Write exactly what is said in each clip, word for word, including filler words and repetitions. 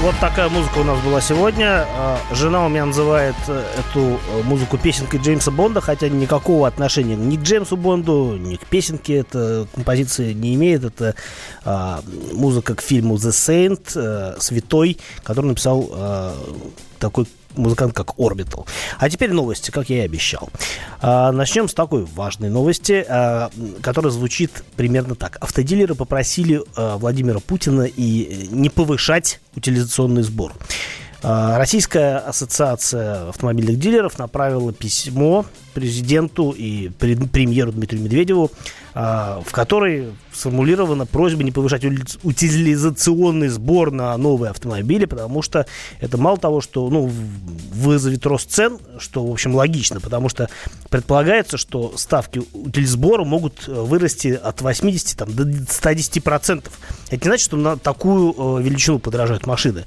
Вот такая музыка у нас была сегодня. Жена у меня называет эту музыку песенкой Джеймса Бонда, хотя никакого отношения ни к Джеймсу Бонду, ни к песенке эта композиция не имеет. Это а, музыка к фильму «The Saint», а, «Святой», который написал а, такой музыкант, как Orbital. А теперь новости, как я и обещал. А, начнем с такой важной новости, а, которая звучит примерно так. Автодилеры попросили а, Владимира Путина и не повышать утилизационный сбор. А, Российская ассоциация автомобильных дилеров направила письмо президенту и премьеру Дмитрию Медведеву, в которой сформулирована просьба не повышать утилизационный сбор на новые автомобили, потому что это мало того, что ну, вызовет рост цен, что, в общем, логично, потому что предполагается, что ставки утилизбора могут вырасти от восьмидесяти там, до ста десяти процентов. Это не значит, что на такую величину подорожают машины,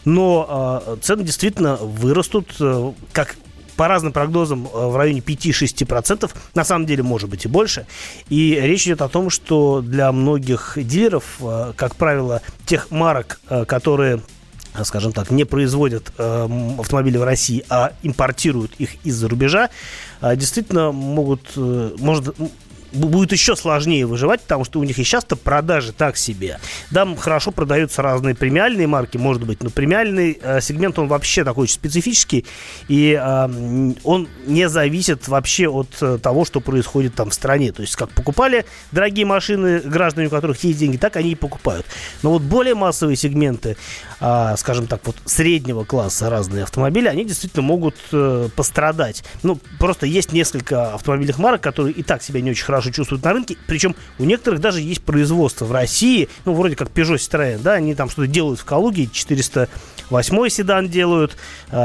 но цены действительно вырастут, как по разным прогнозам, в районе пяти-шести процентов, на самом деле, может быть, и больше. И речь идет о том, что для многих дилеров, как правило, тех марок, которые, скажем так, не производят автомобили в России, а импортируют их из-за рубежа, действительно могут, может, будет еще сложнее выживать, потому что у них и сейчас-то продажи так себе. Да, хорошо продаются разные премиальные марки, может быть, но премиальный э, сегмент, он вообще такой очень специфический, и э, он не зависит вообще от э, того, что происходит там в стране. То есть, как покупали дорогие машины граждане, у которых есть деньги, так они и покупают. Но вот более массовые сегменты, э, скажем так, вот среднего класса разные автомобили, они действительно могут э, пострадать. Ну, просто есть несколько автомобильных марок, которые и так себя не очень хорошо чувствуют на рынке, причем у некоторых даже есть производство в России, ну, вроде как Peugeot, Citroën, да, они там что-то делают в Калуге, четыреста восьмой седан делают,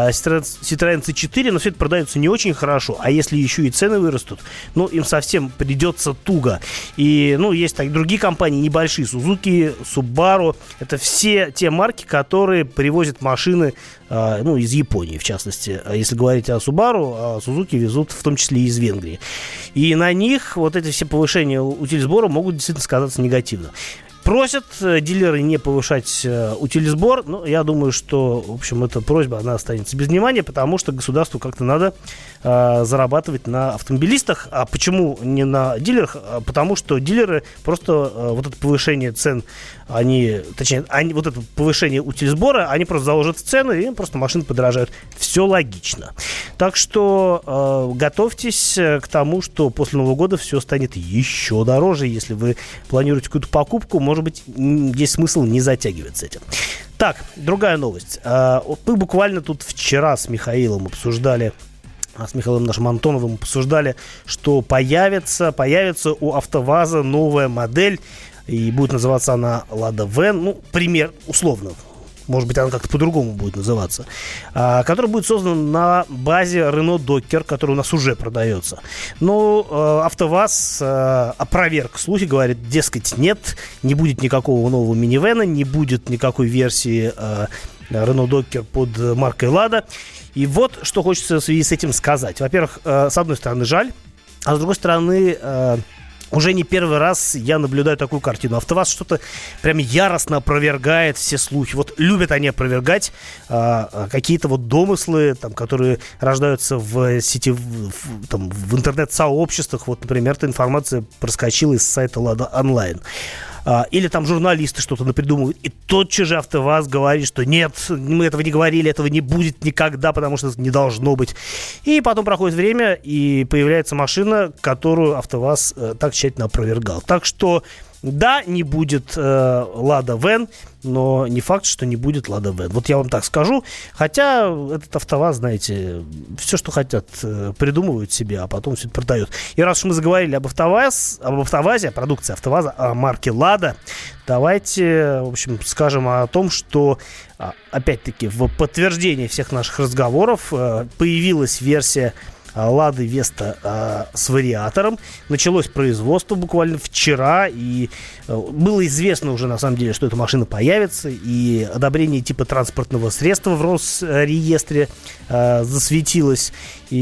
Citroën си четыре, но все это продается не очень хорошо, а если еще и цены вырастут, ну, им совсем придется туго. И, ну, есть так, другие компании небольшие, Suzuki, Subaru, это все те марки, которые привозят машины, ну, из Японии, в частности. Если говорить о Subaru, Suzuki везут в том числе и из Венгрии. И на них вот эти все повышения утилизбора могут действительно сказаться негативно. Просят дилеры не повышать э, утилизбор, но я думаю, что, в общем, эта просьба, она останется без внимания, потому что государству как-то надо э, зарабатывать на автомобилистах. А почему не на дилерах? А потому что дилеры просто э, вот это повышение цен, они, точнее, они, вот это повышение утилизбора, они просто заложат в цены, и просто машины подорожают. Все логично. Так что э, готовьтесь к тому, что после Нового года все станет еще дороже. Если вы планируете какую-то покупку, может быть, есть смысл не затягивать с этим. Так, другая новость. Вот мы буквально тут вчера с Михаилом обсуждали, с Михаилом нашим Антоновым обсуждали, что появится, появится у АвтоВАЗа новая модель, и будет называться она Lada Van, ну, пример, условно. Может быть, она как-то по-другому будет называться, а, который будет создан на базе Renault Docker, который у нас уже продается. Но а, АвтоВАЗ а, опроверг слухи, говорит, дескать, нет, не будет никакого нового минивэна, не будет никакой версии а, Renault Docker под маркой Lada. И вот, что хочется в связи с этим сказать. Во-первых, а, с одной стороны, жаль, а с другой стороны... А, уже не первый раз я наблюдаю такую картину. АвтоВАЗ что-то прям яростно опровергает все слухи. Вот любят они опровергать а, какие-то вот домыслы, там, которые рождаются в сети, в, там, в интернет-сообществах. Вот, например, эта информация проскочила из сайта Lada Online. А, или там журналисты что-то напридумывают. И тотчас же АвтоВАЗ говорит, что нет, мы этого не говорили, этого не будет никогда, потому что это не должно быть. И потом проходит время, и появляется машина, которую АвтоВАЗ э, так тщательно опровергал. Так что, да, не будет э, Lada Van, но не факт, что не будет Lada Van. Вот я вам так скажу. Хотя этот АвтоВАЗ, знаете, все, что хотят, э, придумывают себе, а потом все это продают. И раз уж мы заговорили об АвтоВАЗ, об АвтоВАЗе, о продукции АвтоВАЗа, о марке Lada, давайте, в общем, скажем о том, что, опять-таки, в подтверждение всех наших разговоров э, появилась версия Лады Веста а, с вариатором. Началось производство буквально вчера, и а, было известно уже на самом деле, что эта машина появится, и одобрение типа транспортного средства в Росреестре а, засветилось,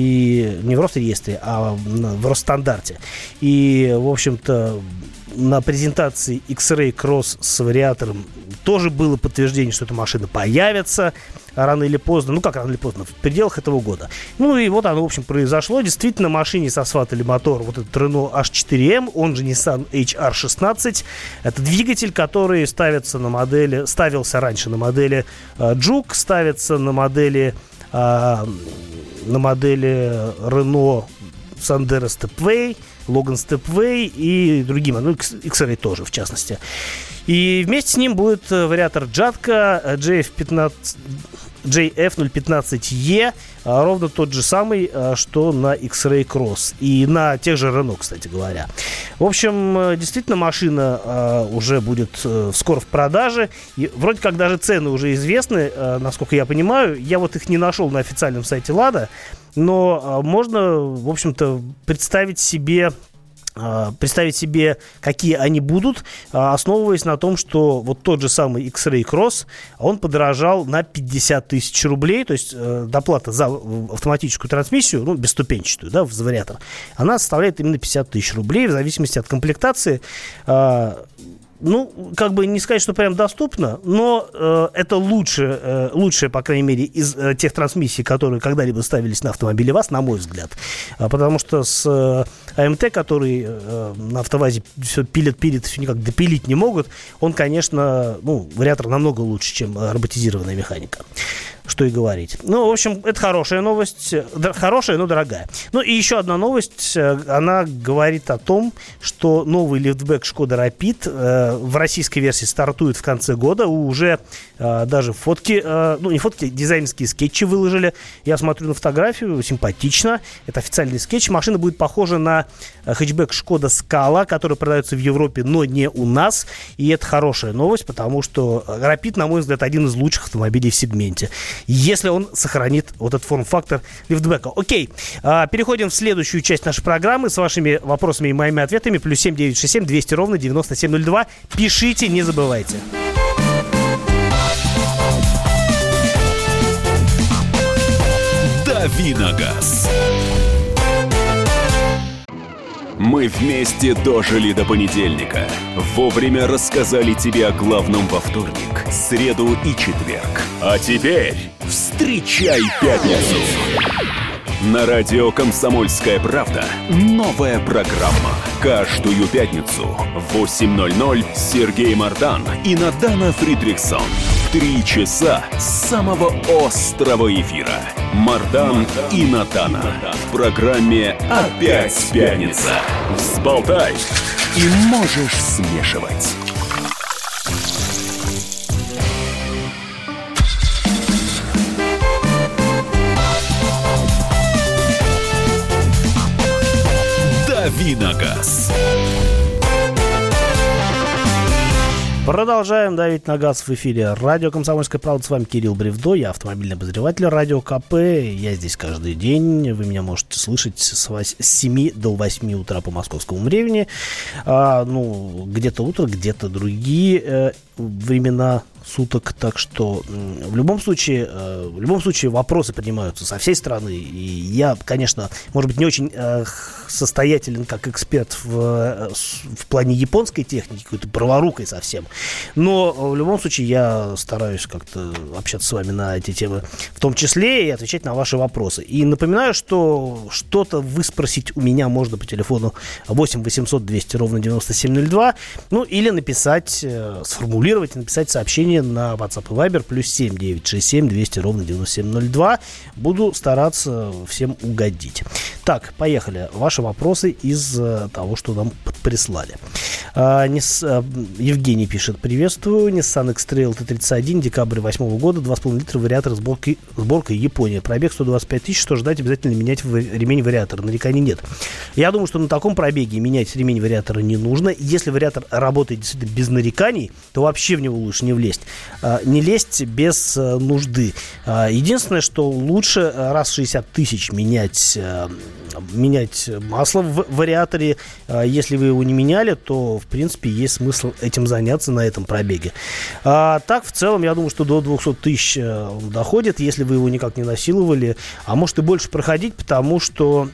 и не в Росреестре, а в Росстандарте. И, в общем-то, на презентации X-Ray Cross с вариатором тоже было подтверждение, что эта машина появится рано или поздно. Ну, как рано или поздно, в пределах этого года. Ну, и вот оно, в общем, произошло. Действительно, машине сосватали мотор вот этот Renault эйч четыре эм, он же Nissan эйч ар шестнадцать. Это двигатель, который ставится на модели, ставился раньше на модели э, Juke, ставится на модели, э, на модели Renault Sandero Stepway, Logan Stepway и другие, ну, X-Ray тоже, в частности. И вместе с ним будет вариатор Jatco джей эф пятнадцать, джей эф ноль пятнадцать и, ровно тот же самый, что на X-Ray Cross и на тех же Renault, кстати говоря. В общем, действительно, машина уже будет скоро в продаже. И вроде как даже цены уже известны, насколько я понимаю. Я вот их не нашел на официальном сайте Лада, но можно, в общем-то, представить себе... представить себе, какие они будут, основываясь на том, что вот тот же самый X-Ray Cross, он подорожал на пятьдесят тысяч рублей, то есть доплата за автоматическую трансмиссию, ну, бесступенчатую, да, за вариатор, она составляет именно пятьдесят тысяч рублей, в зависимости от комплектации. Ну, как бы не сказать, что прям доступно, но э, это лучше, э, лучшее, по крайней мере, из э, тех трансмиссий, которые когда-либо ставились на автомобиле ВАЗ, на мой взгляд. А, потому что с э, АМТ, который э, на АвтоВАЗе все пилит, пилит, все никак допилить не могут, он, конечно, ну, вариатор намного лучше, чем роботизированная механика. Что и говорить. Ну, в общем, это хорошая новость. Хорошая, но дорогая. Ну, и еще одна новость. Она говорит о том, что новый лифтбэк Шкода Rapid э, в российской версии стартует в конце года. Уже э, даже фотки, э, ну, не фотки, дизайнерские скетчи выложили. Я смотрю на фотографию, симпатично. Это официальный скетч. Машина будет похожа на хэтчбэк Шкода Scala, который продается в Европе, но не у нас. И это хорошая новость, потому что Rapid, на мой взгляд, один из лучших автомобилей в сегменте, если он сохранит вот этот форм-фактор лифтбека. Окей, а, переходим в следующую часть нашей программы с вашими вопросами и моими ответами. Плюс семь девятьсот шестьдесят семь двести ровно девяносто семь ноль два. Пишите, не забывайте. Дави на газ. Мы вместе дожили до понедельника. Вовремя рассказали тебе о главном во вторник, среду и четверг. А теперь встречай пятницу. На радио «Комсомольская правда» новая программа. Каждую пятницу в восемь ноль ноль Сергей Мардан и Надана Фридрихсон. Три часа самого острого эфира. Мардан и Надана. В программе «Опять пятница». Взболтай и можешь смешивать. Дави на газ. Продолжаем давить на газ в эфире радио «Комсомольская правда». С вами Кирилл Бревдо, я автомобильный обозреватель радио КП. Я здесь каждый день. Вы меня можете слышать с семи до восьми утра по московскому времени. А, ну, где-то утро, где-то другие э, времена суток, так что в любом случае, э, в любом случае вопросы поднимаются со всей страны, и я, конечно, может быть, не очень э, состоятелен как эксперт в, в плане японской техники, какой-то праворукой совсем, но в любом случае я стараюсь как-то общаться с вами на эти темы, в том числе и отвечать на ваши вопросы. И напоминаю, что что-то вы спросить у меня можно по телефону восемь восемьсот двести ровно девяносто семь ноль два, ну или написать, э, сформулировать и написать сообщение на WhatsApp и Viber плюс семь девятьсот шестьдесят семь двести ровно девяносто семь ноль два. Буду стараться всем угодить. Так, поехали. Ваши вопросы из того, что нам прислали. А, Нис... Евгений пишет: приветствую. Nissan X-Trail ти тридцать один, декабрь восьмого года, два с половиной литра, вариатор сборки... сборка Япония. Пробег сто двадцать пять тысяч, что ждать, обязательно менять в... ремень вариатора. Нареканий нет. Я думаю, что на таком пробеге менять ремень вариатора не нужно. Если вариатор работает действительно без нареканий, то вообще в него лучше не влезть. Не лезть без нужды. Единственное, что лучше раз в шестьдесят тысяч менять, менять масло в вариаторе. Если вы его не меняли, то, в принципе, есть смысл этим заняться на этом пробеге. А так, в целом, я думаю, что до двести тысяч он доходит, если вы его никак не насиловали. А может и больше проходить, потому что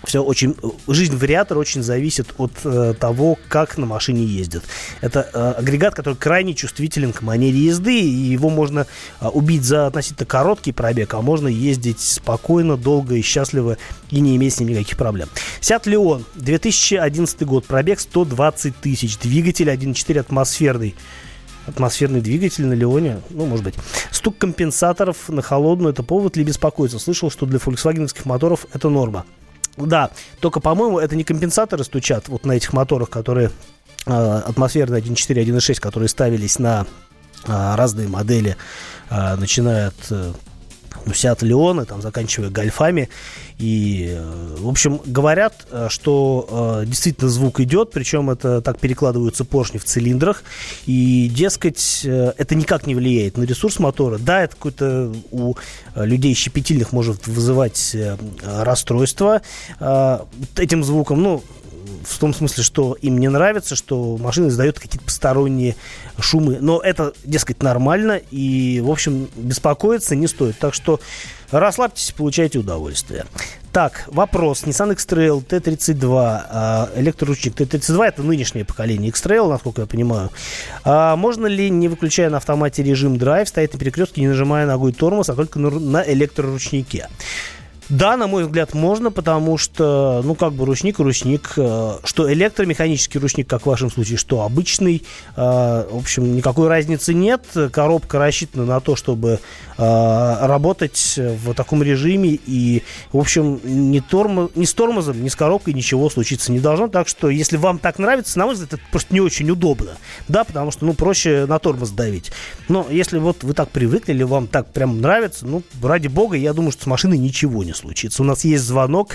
Все очень... Жизнь вариатора очень зависит от э, того, как на машине ездят. Это э, агрегат, который крайне чувствителен к манере езды, и его можно э, убить за относительно короткий пробег, а можно ездить спокойно, долго и счастливо, и не иметь с ним никаких проблем. Seat Leon, две тысячи одиннадцатый год, пробег сто двадцать тысяч, двигатель один и четыре атмосферный. Атмосферный двигатель на Леоне, ну, может быть. Стук компенсаторов на холодную — это повод ли беспокоиться? Слышал, что для фольксвагеновских моторов это норма. Да, только, по-моему, это не компенсаторы стучат вот на этих моторах, которые э, атмосферные один и четыре, один и шесть, которые ставились на э, разные модели, э, начиная от э, ну, Seat Leon, там, заканчивая гольфами. И, э, в общем, говорят, что э, действительно звук идет, причем это так перекладываются поршни в цилиндрах, и, дескать, э, это никак не влияет на ресурс мотора. Да, это какое-то у людей щепетильных может вызывать э, расстройство э, этим звуком, ну, в том смысле, что им не нравится, что машина издает какие-то посторонние шумы. Но это, дескать, нормально, и, в общем, беспокоиться не стоит. Так что расслабьтесь, получайте удовольствие. Так, вопрос. Nissan X-Trail ти тридцать два, электроручник ти тридцать два, это нынешнее поколение X-Trail, насколько я понимаю. А можно ли, не выключая на автомате режим драйв, стоять на перекрестке, не нажимая ногой тормоз, а только на электроручнике? Да, на мой взгляд, можно, потому что, ну, как бы ручник и ручник, э, что электромеханический ручник, как в вашем случае, что обычный, э, в общем, никакой разницы нет. Коробка рассчитана на то, чтобы э, работать в таком режиме, и, в общем, ни, тормо, ни с тормозом, ни с коробкой ничего случиться не должно. Так что, если вам так нравится, на мой взгляд, это просто не очень удобно, да, потому что, ну, проще на тормоз давить. Но если вот вы так привыкли, или вам так прям нравится, ну, ради бога, я думаю, что с машиной ничего не случится. У нас есть звонок.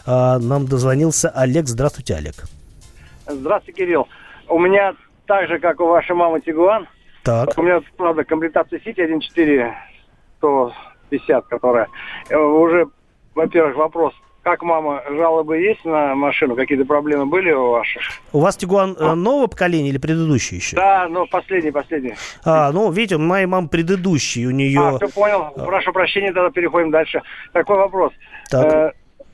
Нам дозвонился Олег. Здравствуйте, Олег. Здравствуйте, Кирилл. У меня так же, как у вашей мамы, Тигуан. Так. У меня, правда, комплектация Сити один и четыре сто пятьдесят, которая уже, во-первых, вопрос. Как, мама, жалобы есть на машину? Какие-то проблемы были у ваших? У вас Тигуан а? нового поколения или предыдущий еще? Да, ну, последний, последний. А, ну, видите, у моей мамы предыдущий, у нее... А, все понял. А. Прошу прощения, тогда переходим дальше. Такой вопрос. Э,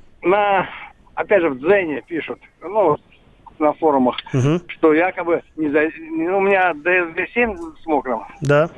на, опять же, в Дзене пишут, ну, на форумах, угу. что якобы не за... у меня ди эс джи семь с мокрым. Да.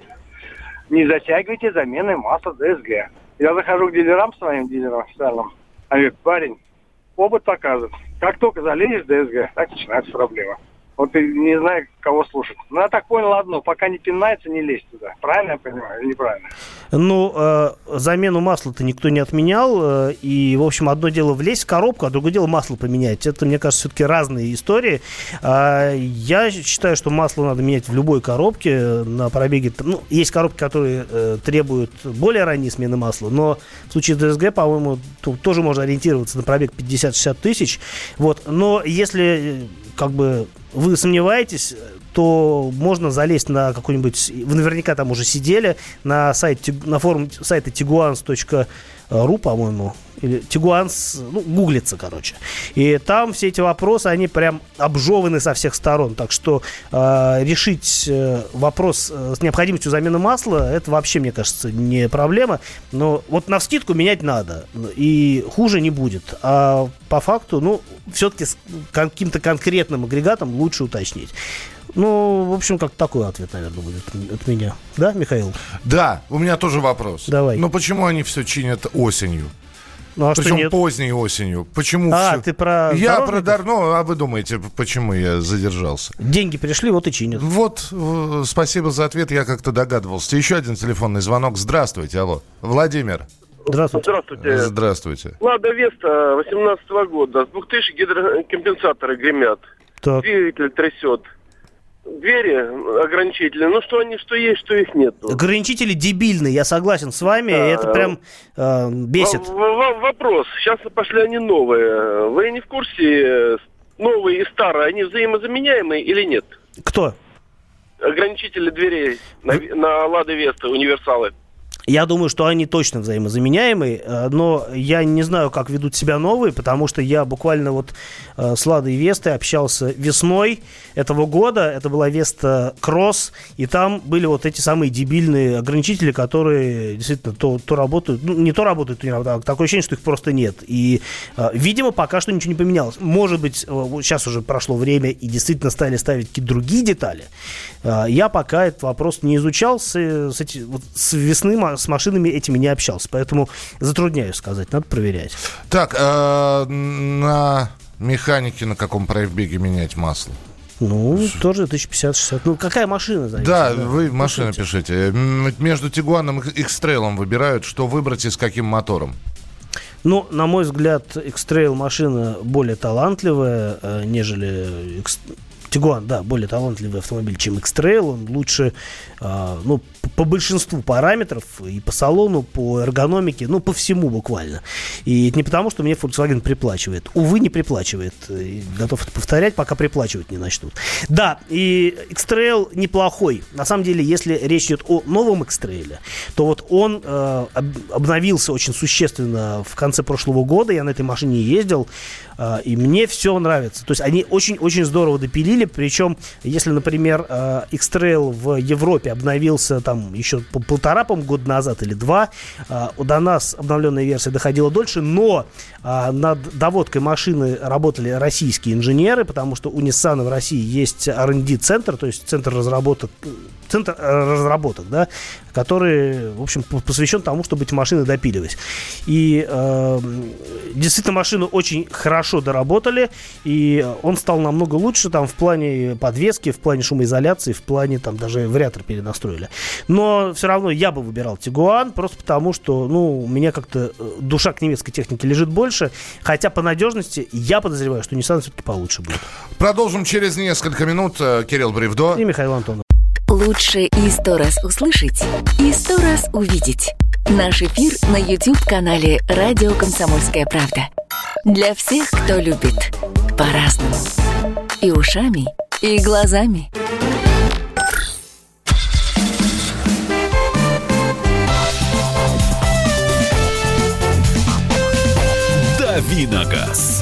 Не затягивайте замены масла ди эс джи. Я захожу к дилерам, своим дилерам официальным. А говорит, парень, опыт показывает, как только залезешь в ди эс джи, так начинается проблема. Вот и не знаю, кого слушать. Ну, я так понял одно, пока не пинается, не лезь туда. Правильно я понимаю или неправильно? Ну, э, замену масла-то никто не отменял. Э, и, в общем, одно дело влезть в коробку, а другое дело масло поменять. Это, мне кажется, все-таки разные истории. Э, я считаю, что масло надо менять в любой коробке на пробеге. Ну, есть коробки, которые э, требуют более ранней смены масла, но в случае с ди эс джи, по-моему, тоже можно ориентироваться на пробег пятьдесят-шестьдесят тысяч. Вот. Но если, как бы, вы сомневаетесь, то можно залезть на какой-нибудь... Вы наверняка там уже сидели на сайте, на форум сайта тигуанс точка ру, по-моему, или Тигуанс, ну, гуглится, короче. И там все эти вопросы, они прям обжеваны со всех сторон. Так что э, решить э, вопрос э, с необходимостью замены масла, это вообще, мне кажется, не проблема. Но вот навскидку менять надо, и хуже не будет. А по факту, ну, все-таки с каким-то конкретным агрегатом лучше уточнить. Ну, в общем, как такой ответ, наверное, будет от меня. Да, Михаил? Да, у меня тоже вопрос. Давай. Ну, почему они все чинят осенью? Ну, а Причем что поздней осенью. Почему а, все... ты про Я про дар... Ну, а вы думаете, почему я задержался? Деньги пришли, вот и чинят. Вот, э, спасибо за ответ, я как-то догадывался. Еще один телефонный звонок. Здравствуйте, алло. Владимир. Здравствуйте. Здравствуйте. Здравствуйте. Лада Веста восемнадцатого года. С двух тысяч гидрокомпенсаторы гремят. Так. Двигатель трясет. Двери ограничительные, ну что они, что есть, что их нет. Ограничители дебильные, я согласен с вами, да, это прям э, бесит. В- в- вопрос, сейчас пошли они новые, вы не в курсе, новые и старые, они взаимозаменяемые или нет? Кто? Ограничители дверей на, на Лада Веста, универсалы. Я думаю, что они точно взаимозаменяемые, но я не знаю, как ведут себя новые, потому что я буквально вот с Ладой Вестой общался весной этого года. Это была Веста Кросс, и там были вот эти самые дебильные ограничители, которые действительно то, то работают, ну, не то работают, то не работают, а такое ощущение, что их просто нет. И, видимо, пока что ничего не поменялось. Может быть, сейчас уже прошло время, и действительно стали ставить какие-то другие детали. Я пока этот вопрос не изучал, с, с, эти, вот, с весны с машинами этими не общался, поэтому затрудняюсь сказать, надо проверять. Так, э, на механике на каком прайвбеге менять масло? Ну, Ш... тоже тысяча пятьдесят шестьдесят. Ну, какая машина? Зависит, да, да, вы машину пишите. Между Тигуаном и X-Trail'ом выбирают, что выбрать и с каким мотором? Ну, на мой взгляд, X-Trail машина более талантливая, э, нежели... X... Тигуан, да, более талантливый автомобиль, чем X-Trail. Он лучше, э, ну, по, по большинству параметров, и по салону, по эргономике, ну, по всему буквально. И это не потому, что мне Volkswagen приплачивает. Увы, не приплачивает. И готов это повторять, пока приплачивать не начнут. Да, и X-Trail неплохой. На самом деле, если речь идет о новом X-Trail, то вот он э, обновился очень существенно в конце прошлого года. Я на этой машине ездил, э, и мне все нравится. То есть они очень-очень здорово допилили. Причем, если, например, X-Trail в Европе обновился там еще полтора, по-моему, года назад или два, до нас обновленная версия доходила дольше, но над доводкой машины работали российские инженеры, потому что у Nissan в России есть ар энд ди-центр, то есть центр разработок, центр разработок, да, который, в общем, посвящен тому, чтобы эти машины допиливались. И э, действительно, машину очень хорошо доработали, и он стал намного лучше там в плане подвески, в плане шумоизоляции, в плане там даже вариатор перенастроили. Но все равно я бы выбирал Тигуан, просто потому что, ну, у меня как-то душа к немецкой технике лежит больше, хотя по надежности я подозреваю, что Nissan все-таки получше будет. Продолжим через несколько минут. Кирилл Бревдо и Михаил Антонов. Лучше и сто раз услышать, и сто раз увидеть. Наш эфир на YouTube-канале «Радио Комсомольская правда». Для всех, кто любит по-разному. И ушами, и глазами. «Дави на газ».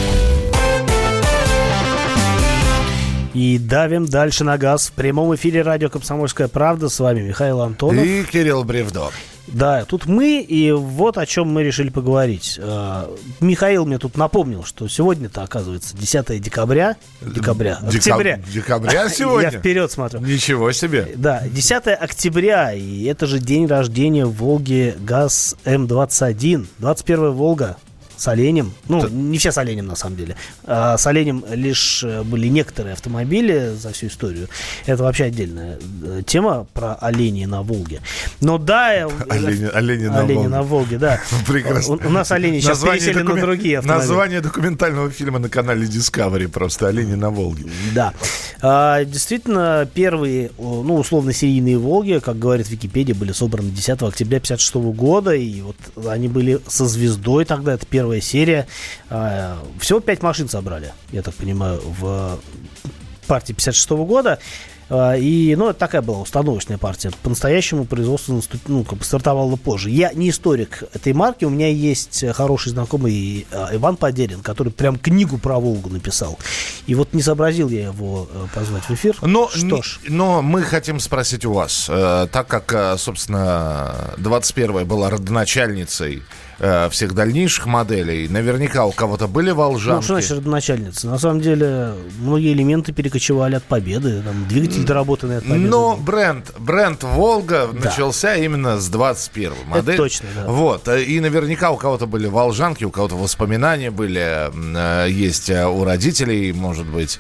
И давим дальше на газ. В прямом эфире радио «Комсомольская правда». С вами Михаил Антонов. И Кирилл Бревдо. Да, тут мы, и вот о чем мы решили поговорить. Михаил мне тут напомнил, что сегодня-то, оказывается, десятое декабря. Декабря. Декаб... Октября. Декабря сегодня? Я вперед смотрю. Ничего себе. Да, десятое октября, и это же день рождения Волги ГАЗ М двадцать один. двадцать первая Волга. С оленем. Ну, Т... не все с оленем, на самом деле. А с оленем лишь были некоторые автомобили за всю историю. Это вообще отдельная тема про оленей на Волге. Но да... Олени, олени, на, олени Волге. на Волге, да. Прекрасно. У, у нас олени сейчас название пересели докумен... на другие автомобили. Название документального фильма на канале Discovery просто «Олени на Волге». Да. А, действительно, первые, ну, условно-серийные Волги, как говорит Википедия, были собраны десятого октября тысяча девятьсот пятьдесят шестого года. И вот они были со звездой тогда, это первый Первая серия. Всего пять машин собрали, я так понимаю, в партии пятьдесят шестого года. И, ну, это такая была установочная партия. По-настоящему производство наступ... ну, как бы стартовало позже. Я не историк этой марки. У меня есть хороший знакомый Иван Подерин, который прям книгу про Волгу написал. И вот не сообразил я его позвать в эфир. Но, Что ж. Но мы хотим спросить у вас, так как, собственно, двадцать первая была родоначальницей всех дальнейших моделей, наверняка у кого-то были волжанки. Ну, что значит родоначальница? На самом деле, многие элементы перекочевали от Победы. Там двигатель доработанный от Победы. Но бренд, бренд Волга да. начался именно с двадцать первой модели. Это точно, да. Вот. И наверняка у кого-то были волжанки, у кого-то воспоминания были, есть у родителей, может быть.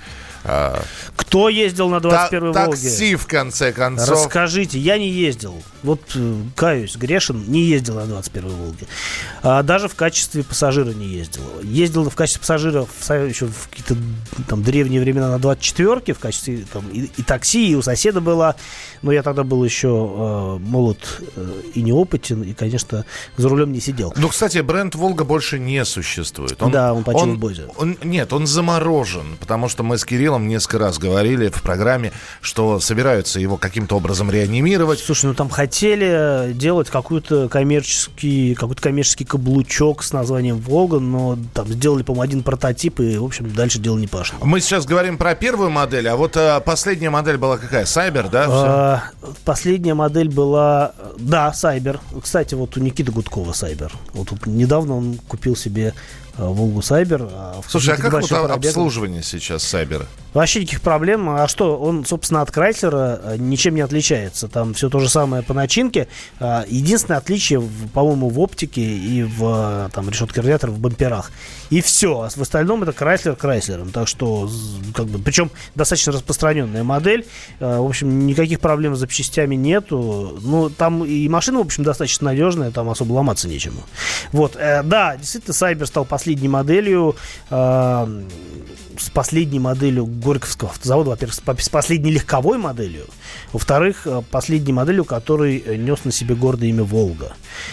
Кто ездил на двадцать первой Та- Волге? Такси, в конце концов. Расскажите, я не ездил. Вот, каюсь, грешен, не ездил на двадцать первой Волге. А, даже в качестве пассажира не ездил. Ездил в качестве пассажира в, еще в какие-то там древние времена на двадцать четвёрке, в качестве там, и, и такси, и у соседа была. Но я тогда был еще э, молод э, и неопытен, и, конечно, за рулем не сидел. Ну, кстати, бренд «Волга» больше не существует. Он, да, он почти он, в Бозе. Он, нет, он заморожен, потому что мы с Кириллом делом несколько раз говорили в программе, что собираются его каким-то образом реанимировать. Слушай, ну там хотели делать какой-то коммерческий, какой-то коммерческий каблучок с названием «Волга», но там сделали, по-моему, один прототип, и, в общем, дальше дело не пошло. Мы сейчас говорим про первую модель, а вот а, последняя модель была какая? Сайбер, да? А, последняя модель была, да, Сайбер. Кстати, вот у Никиты Гудкова Сайбер. Вот тут недавно он купил себе Волгу Сайбер. Слушай, а как вот обслуживание сейчас Сайбера? Вообще никаких проблем. А что, он, собственно, от Крайслера ничем не отличается. Там все то же самое по начинке. Единственное отличие, по-моему, в оптике и в там, решетке радиатора, в бамперах. И все. А в остальном это Крайслер Крайслером. Так что, как бы, причем достаточно распространенная модель. В общем, никаких проблем с запчастями нету. Ну, там и машина, в общем, достаточно надежная. Там особо ломаться нечему. Вот. Да, действительно, Сайбер стал последней моделью, э, с последней моделью Горьковского автозавода, во-первых, с последней легковой моделью, во-вторых, последней моделью, которой нес на себе гордое имя «Волга».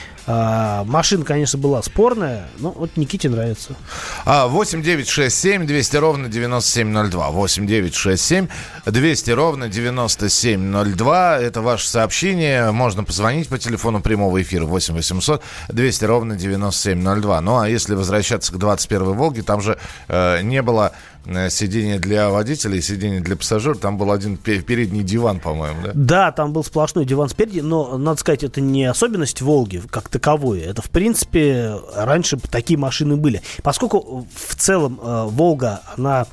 А, машина, конечно, была спорная, но вот Никите нравится. восемь девять шесть семь двести ровно девяносто семь ноль два. восемь девять шесть семь двести ровно девяносто семь ноль два. Это ваше сообщение. Можно позвонить по телефону прямого эфира восемь восемьсот двести ровно девяносто семь ноль два. Ну, а если возвращаться к двадцать первой «Волге», там же э, не было сиденье для водителя и сиденье для пассажира. Там был один передний диван, по-моему, да? Да, там был сплошной диван спереди, но, надо сказать, это не особенность «Волги» как таковой. Это, в принципе, раньше такие машины были. Поскольку в целом э, «Волга», она...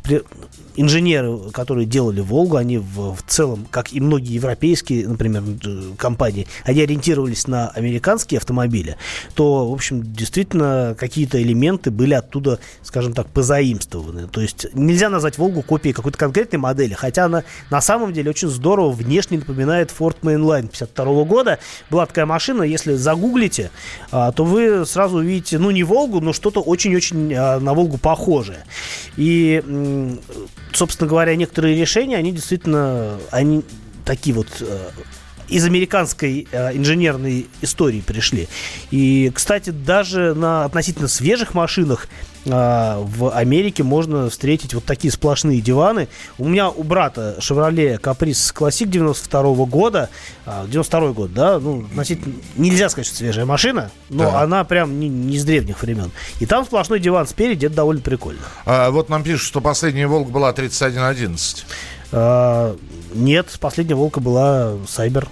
Инженеры, которые делали «Волгу», они в, в целом, как и многие европейские, например, компании, они ориентировались на американские автомобили, то, в общем, действительно, какие-то элементы были оттуда, скажем так, позаимствованы. То есть нельзя назвать «Волгу» копией какой-то конкретной модели, хотя она на самом деле очень здорово внешне напоминает Ford Mainline пятьдесят второго года. Была такая машина, если загуглите, то вы сразу увидите, ну, не «Волгу», но что-то очень-очень на «Волгу» похожее. И, собственно говоря, некоторые решения, они действительно, они такие вот э, из американской э, инженерной истории пришли. И, кстати, даже на относительно свежих машинах э, в Америке можно встретить вот такие сплошные диваны. У меня у брата Chevrolet Caprice Classic девяносто второго года, э, девяносто второй год, да, ну, относительно, нельзя сказать, что свежая машина, но да. Она прям не, не с древних времен. И там сплошной диван спереди, это довольно прикольно. А, вот нам пишут, что последняя «Волга» была тридцать один одиннадцать. А, нет, последняя «Волга» была Сайбер.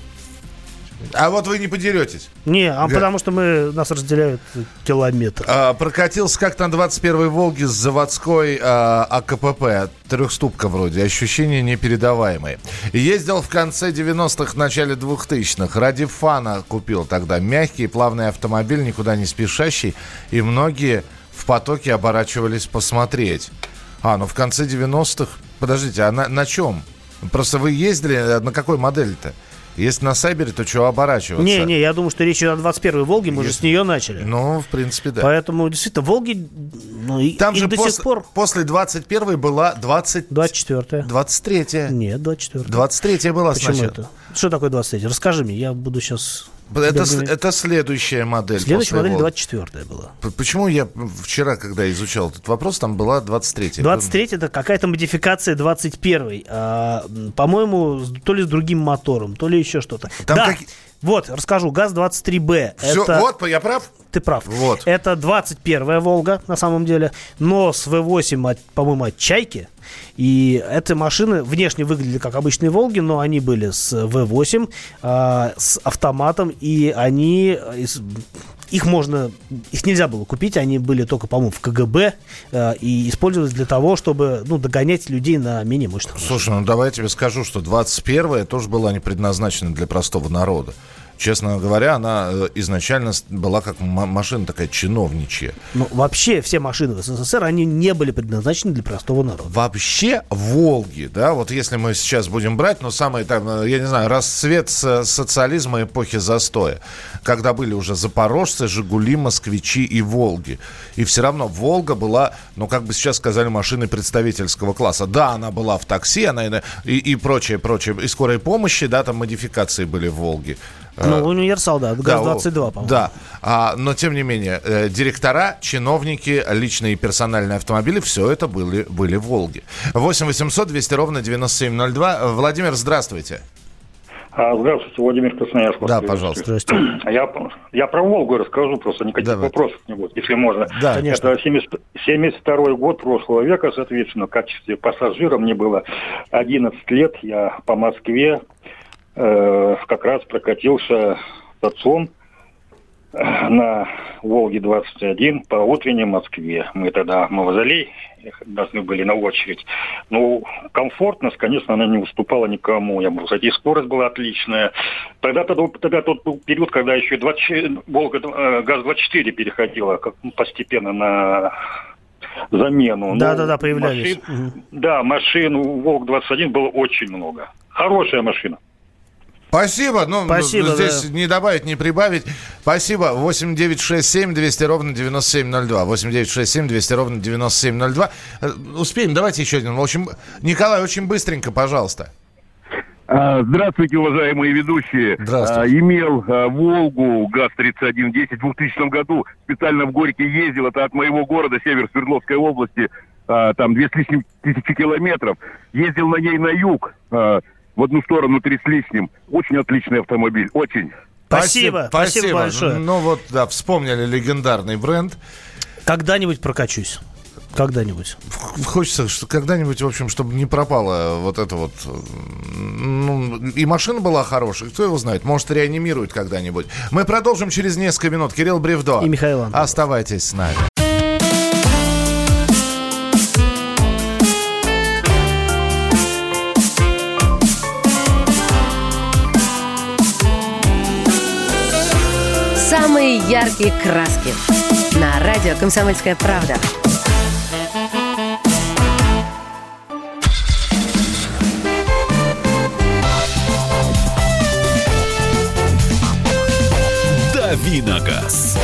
А вот вы не подеретесь. Не, а Га... потому что мы, нас разделяют километр. А, прокатился как на двадцать первой «Волге» с заводской а, АКПП. Трехступка вроде. Ощущения непередаваемые. Ездил в конце девяностых, начале двухтысячных. Ради фана купил тогда. Мягкий, плавный автомобиль, никуда не спешащий. И многие в потоке оборачивались посмотреть. А, ну в конце девяностых... Подождите, а на, на чем? Просто вы ездили на какой модели-то? Если на Сайбере, то чего оборачиваться? Не, не, я думаю, что речь идет о двадцать первой «Волге», мы Если... же с нее начали. Ну, в принципе, да. Поэтому, действительно, «Волги», ну, и, там и же до пос... сих пор... после двадцать первой была двадцать... двадцать четвёртая. двадцать третья. Нет, двадцать четвёртая. двадцать третья была Почему сначала. это? Что такое двадцать третья? Расскажи мне, я буду сейчас... Это, с, это следующая модель. Следующая модель двадцать четвёртая была. Почему я вчера, когда изучал этот вопрос, там была двадцать третья? двадцать третья это какая-то модификация двадцать первой. А, по-моему, то ли с другим мотором, то ли еще что-то. Там да, как... вот, расскажу. ГАЗ двадцать три бэ. Все, это... вот, я прав? Ты прав. Вот. Это двадцать первая «Волга», на самом деле, но с вэ восемь, от, по-моему, от «Чайки». И эти машины внешне выглядели как обычные «Волги», но они были с вэ восемь, э, с автоматом, и они... Их можно... Их нельзя было купить, они были только, по-моему, в ка гэ бэ э, и использовались для того, чтобы, ну, догонять людей на менее мощных машинах. Слушай, ну давай я тебе скажу, что двадцать первая тоже была не предназначена для простого народа. Честно говоря, она изначально была как машина такая чиновничья. Ну, вообще все машины в эс эс эс эр, они не были предназначены для простого народа. Вообще «Волги», да, вот если мы сейчас будем брать, ну, самый там, я не знаю, расцвет социализма эпохи застоя, когда были уже запорожцы, «Жигули», «Москвичи» и «Волги». И все равно «Волга» была, ну, как бы сейчас сказали, машиной представительского класса. Да, она была в такси, она и, и прочее, прочее, и скорой помощи, да, там модификации были в «Волге». Ну, универсал, да, ГАЗ-двадцать два, по-моему. Да, а, но тем не менее, э, директора, чиновники, личные и персональные автомобили, все это были, были «Волги». восемь восемьсот двести ровно девяносто семь ноль два. Владимир, здравствуйте. Здравствуйте, Владимир Красноярск. Да, пожалуйста. Здравствуйте. Я, я про «Волгу расскажу, просто никаких Давай. вопросов не будет, если можно. Да, конечно. Это семьдесят второй год прошлого века, соответственно, в качестве пассажира мне было одиннадцать лет. Я по Москве э, как раз прокатился с отцом на «Волге-двадцать один» по утренней Москве. Мы тогда в Мавзолей должны были на очередь. Ну, комфортность, конечно, она не уступала никому. Я могу сказать, и скорость была отличная. Тогда, тогда, тогда тот был период, когда еще двадцать, Волга, ГАЗ-двадцать четыре переходила как, постепенно на замену. Да-да-да, появлялись. Машин, угу. Да, машин у «Волг-двадцать один» было очень много. Хорошая машина. Спасибо. Ну, Спасибо, здесь да. не добавить, не прибавить. Спасибо. восемь девять шесть семь двести ровно девяносто семь ноль два. восемь девять шесть семь двести ровно девяносто семь ноль два. Успеем, давайте еще один. В общем, Николай, очень быстренько, пожалуйста. Здравствуйте, уважаемые ведущие. Здравствуйте. Имел «Волгу» ГАЗ-тридцать один десять в двухтысячном году. Специально в Горький ездил. Это от моего города, север Свердловской области. Там две с лишним тысячи километров. Ездил на ней на юг. В одну сторону три с лишним. Очень отличный автомобиль. Очень. Спасибо. Спасибо, спасибо большое. Ну вот, да, вспомнили легендарный бренд. Когда-нибудь прокачусь. Когда-нибудь. Хочется, что когда-нибудь, в общем, чтобы не пропало вот это вот. Ну, и машина была хорошая, кто его знает, может, реанимирует когда-нибудь. Мы продолжим через несколько минут. Кирилл Бревдо. И Михаил Антонов. Оставайтесь с нами. Самые яркие краски. На радио «Комсомольская правда». «Дави на газ».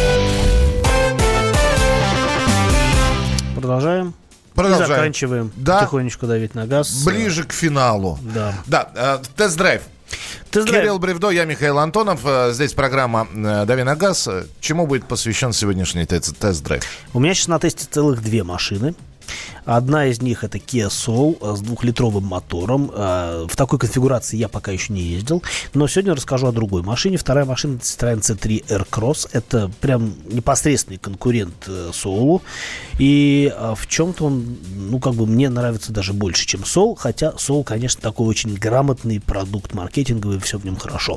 Продолжаем. Продолжаем. И заканчиваем. Да. Потихонечку давить на газ. Ближе к финалу. Да. Да, э, тест-драйв. Тест-драйв. Кирилл Бревдо, я Михаил Антонов. Здесь программа «Дави на газ». Чему будет посвящен сегодняшний тест-драйв? У меня сейчас на тесте целых две машины. Одна из них это Kia Soul с двухлитровым мотором. В такой конфигурации я пока еще не ездил. Но сегодня расскажу о другой машине. Вторая машина это Citroёn си три Aircross. Это прям непосредственный конкурент Soul. И в чем-то он, ну, как бы мне нравится даже больше, чем Soul. Хотя Soul, конечно, такой очень грамотный продукт маркетинговый, все в нем хорошо.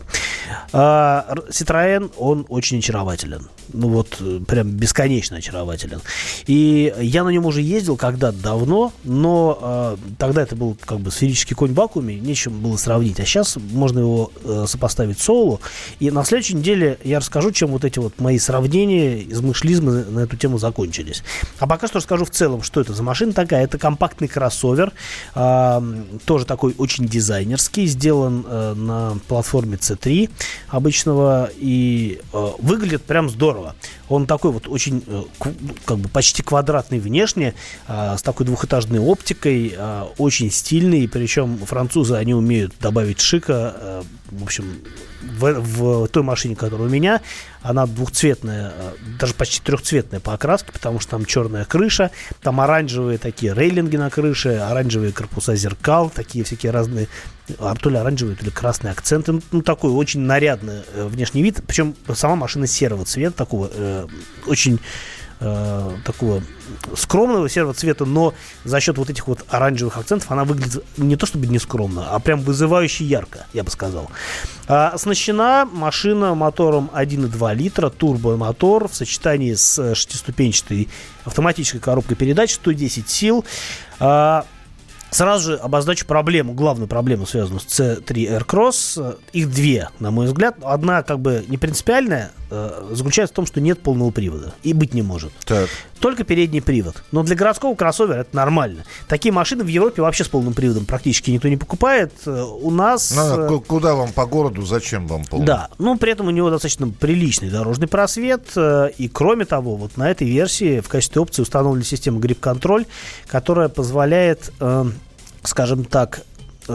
Citroёn, он очень очарователен. Ну вот, прям бесконечно очарователен. И я на нем уже ездил когда-то давно, но э, тогда это был как бы сферический конь в вакууме, нечем было сравнить. А сейчас можно его э, сопоставить с Soul. И на следующей неделе я расскажу, чем вот эти вот мои сравнения, измышлизмы на эту тему закончились. А пока что расскажу в целом, что это за машина такая. Это компактный кроссовер, э, тоже такой очень дизайнерский, сделан э, на платформе си три обычного и э, выглядит прям здорово. Он такой вот очень, э, как бы почти квадратный внешне, э, с такой двухэтажной оптикой, э, очень стильный, причем французы, они умеют добавить шика. Э, в общем, в, в той машине, которая у меня, она двухцветная, даже почти трехцветная по окраске, потому что там черная крыша, там оранжевые такие рейлинги на крыше, оранжевые корпуса зеркал, такие всякие разные, то ли оранжевые, то ли красные акценты. Ну, такой очень нарядный внешний вид. Причем сама машина серого цвета, такого э, очень э, такого скромного серого цвета, но за счет вот этих вот оранжевых акцентов она выглядит не то чтобы не скромно, а прям вызывающе ярко, я бы сказал. А, оснащена машина мотором один и два литра, турбомотор в сочетании с шестиступенчатой автоматической коробкой передач, сто десять сил. А, Сразу же обозначу проблему, главную проблему, связанную с си три Aircross. Их две, на мой взгляд. Одна, как бы, не принципиальная, э, заключается в том, что нет полного привода. И быть не может. Так. Только передний привод. Но для городского кроссовера это нормально. Такие машины в Европе вообще с полным приводом практически никто не покупает. У нас... Ну, куда вам по городу, зачем вам полный? Да, но при этом у него достаточно приличный дорожный просвет. И кроме того, вот на этой версии в качестве опции установлена система грип-контроль, которая позволяет... Э, скажем так,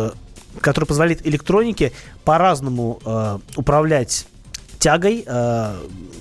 который позволяет электронике по-разному э, управлять тягой э,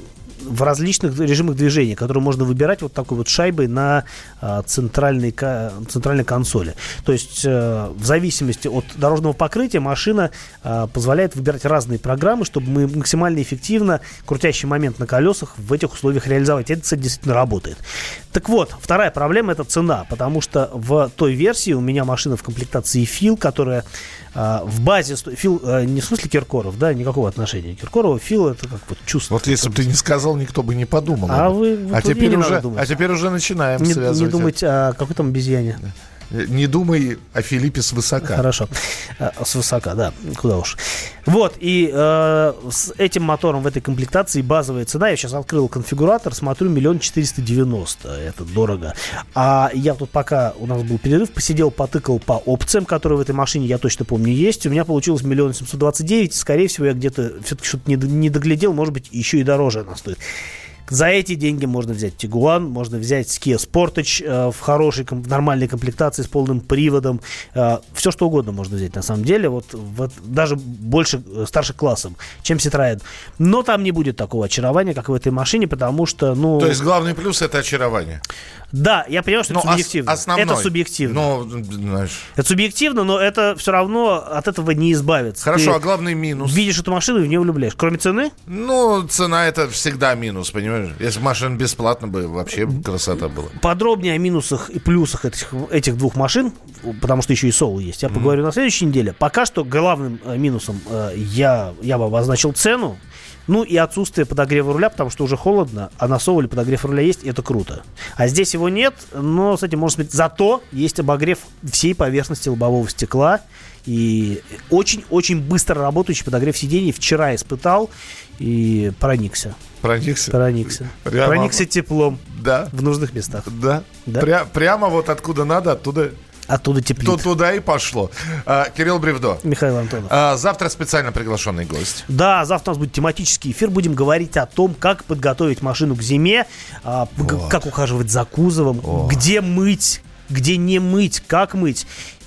в различных режимах движения, которые можно выбирать вот такой вот шайбой на э, центральной, центральной консоли. То есть э, в зависимости от дорожного покрытия машина э, позволяет выбирать разные программы, чтобы мы максимально эффективно крутящий момент на колесах в этих условиях реализовать. Это, кстати, действительно работает. Так вот, вторая проблема — это цена, потому что в той версии у меня машина в комплектации Фил, которая э, в базе... Фил э, не в смысле Киркоров, да, никакого отношения. Киркорова, Фил — это как вот чувство. Вот если бы ты не сказал, никто бы не подумал. А, вы, вот а, теперь уже, не а теперь уже начинаем не, связывать. Не думать о какой там обезьяне. Не думай о Филиппе свысока. Хорошо. Свысока, да. Куда уж. Вот, и э, с этим мотором в этой комплектации базовая цена. Я сейчас открыл конфигуратор, смотрю, миллион четыреста девяносто. Это дорого. А я тут, пока у нас был перерыв, посидел, потыкал по опциям, которые в этой машине, я точно помню, есть. У меня получилось миллион семьсот двадцать девять. Скорее всего, я где-то все-таки что-то не, не доглядел. Может быть, еще и дороже она стоит. За эти деньги можно взять Тигуан, можно взять Kia Sportage э, в хорошей, в нормальной комплектации с полным приводом. Э, все что угодно можно взять, на самом деле. Вот, вот даже больше, э, старше классом, чем Citroёn. Но там не будет такого очарования, как в этой машине, потому что, ну... То есть главный плюс — это очарование? Да, я понимаю, что но это субъективно. Ос- основной. Это субъективно. Но, знаешь... Это субъективно, но это все равно от этого не избавиться. Хорошо, Ты а главный минус? Видишь эту машину и в нее влюбляешь. Кроме цены? Ну, цена — это всегда минус, понимаешь? Если бы машина бесплатно бы, вообще красота была. Подробнее о минусах и плюсах этих, этих двух машин, потому что еще и Soul есть, я поговорю mm-hmm. на следующей неделе. Пока что главным э, минусом э, я, я бы обозначил цену. Ну и отсутствие подогрева руля, потому что уже холодно, а на Соуле подогрев руля есть, и это круто. А здесь его нет, но с этим можно смотреть. Зато есть обогрев всей поверхности лобового стекла. И очень-очень быстро работающий подогрев сидений. Вчера испытал и проникся. Проникся? Проникся. Прямо... Проникся теплом. Да. В нужных местах. Да. Да? Пря- прямо вот откуда надо, оттуда... Оттуда теплит. То туда и пошло. А, Кирилл Бревдо. Михаил Антонов. А, завтра специально приглашенный гость. Да, завтра у нас будет тематический эфир. Будем говорить о том, как подготовить машину к зиме, а, вот. Как ухаживать за кузовом, О. где мыть, где не мыть, как мыть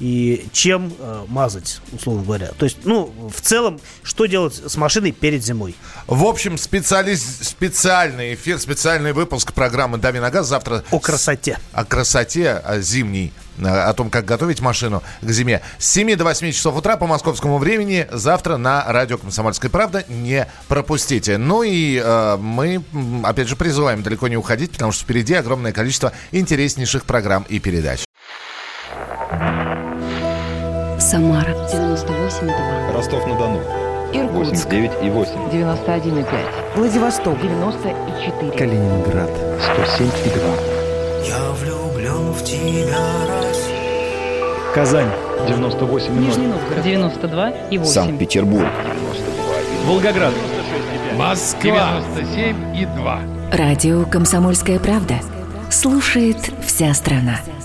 и чем э, мазать, условно говоря. То есть, ну, в целом, что делать с машиной перед зимой. В общем, специалист, специальный эфир, специальный выпуск программы «Дави на газ» завтра. О красоте. С, о красоте, о зимней, о том, как готовить машину к зиме. С семи до восьми часов утра по московскому времени завтра на радио «Комсомольская правда». Не пропустите. Ну и э, мы, опять же, призываем далеко не уходить, потому что впереди огромное количество интереснейших программ и передач. Самара девяносто восемь и два. Ростов-на-Дону Иркутск восемьдесят девять и восемь. девяносто один и пять. Владивосток девяносто и четыре. Калининград сто семь и два. Я влюблен в тебя, Россия. Казань девяносто восемь и ноль. Нижний Новгород девяносто два и восемь. Санкт-Петербург девяносто два и восемь. Волгоград Москва девяносто семь и два. Радио «Комсомольская правда». Слушает вся страна.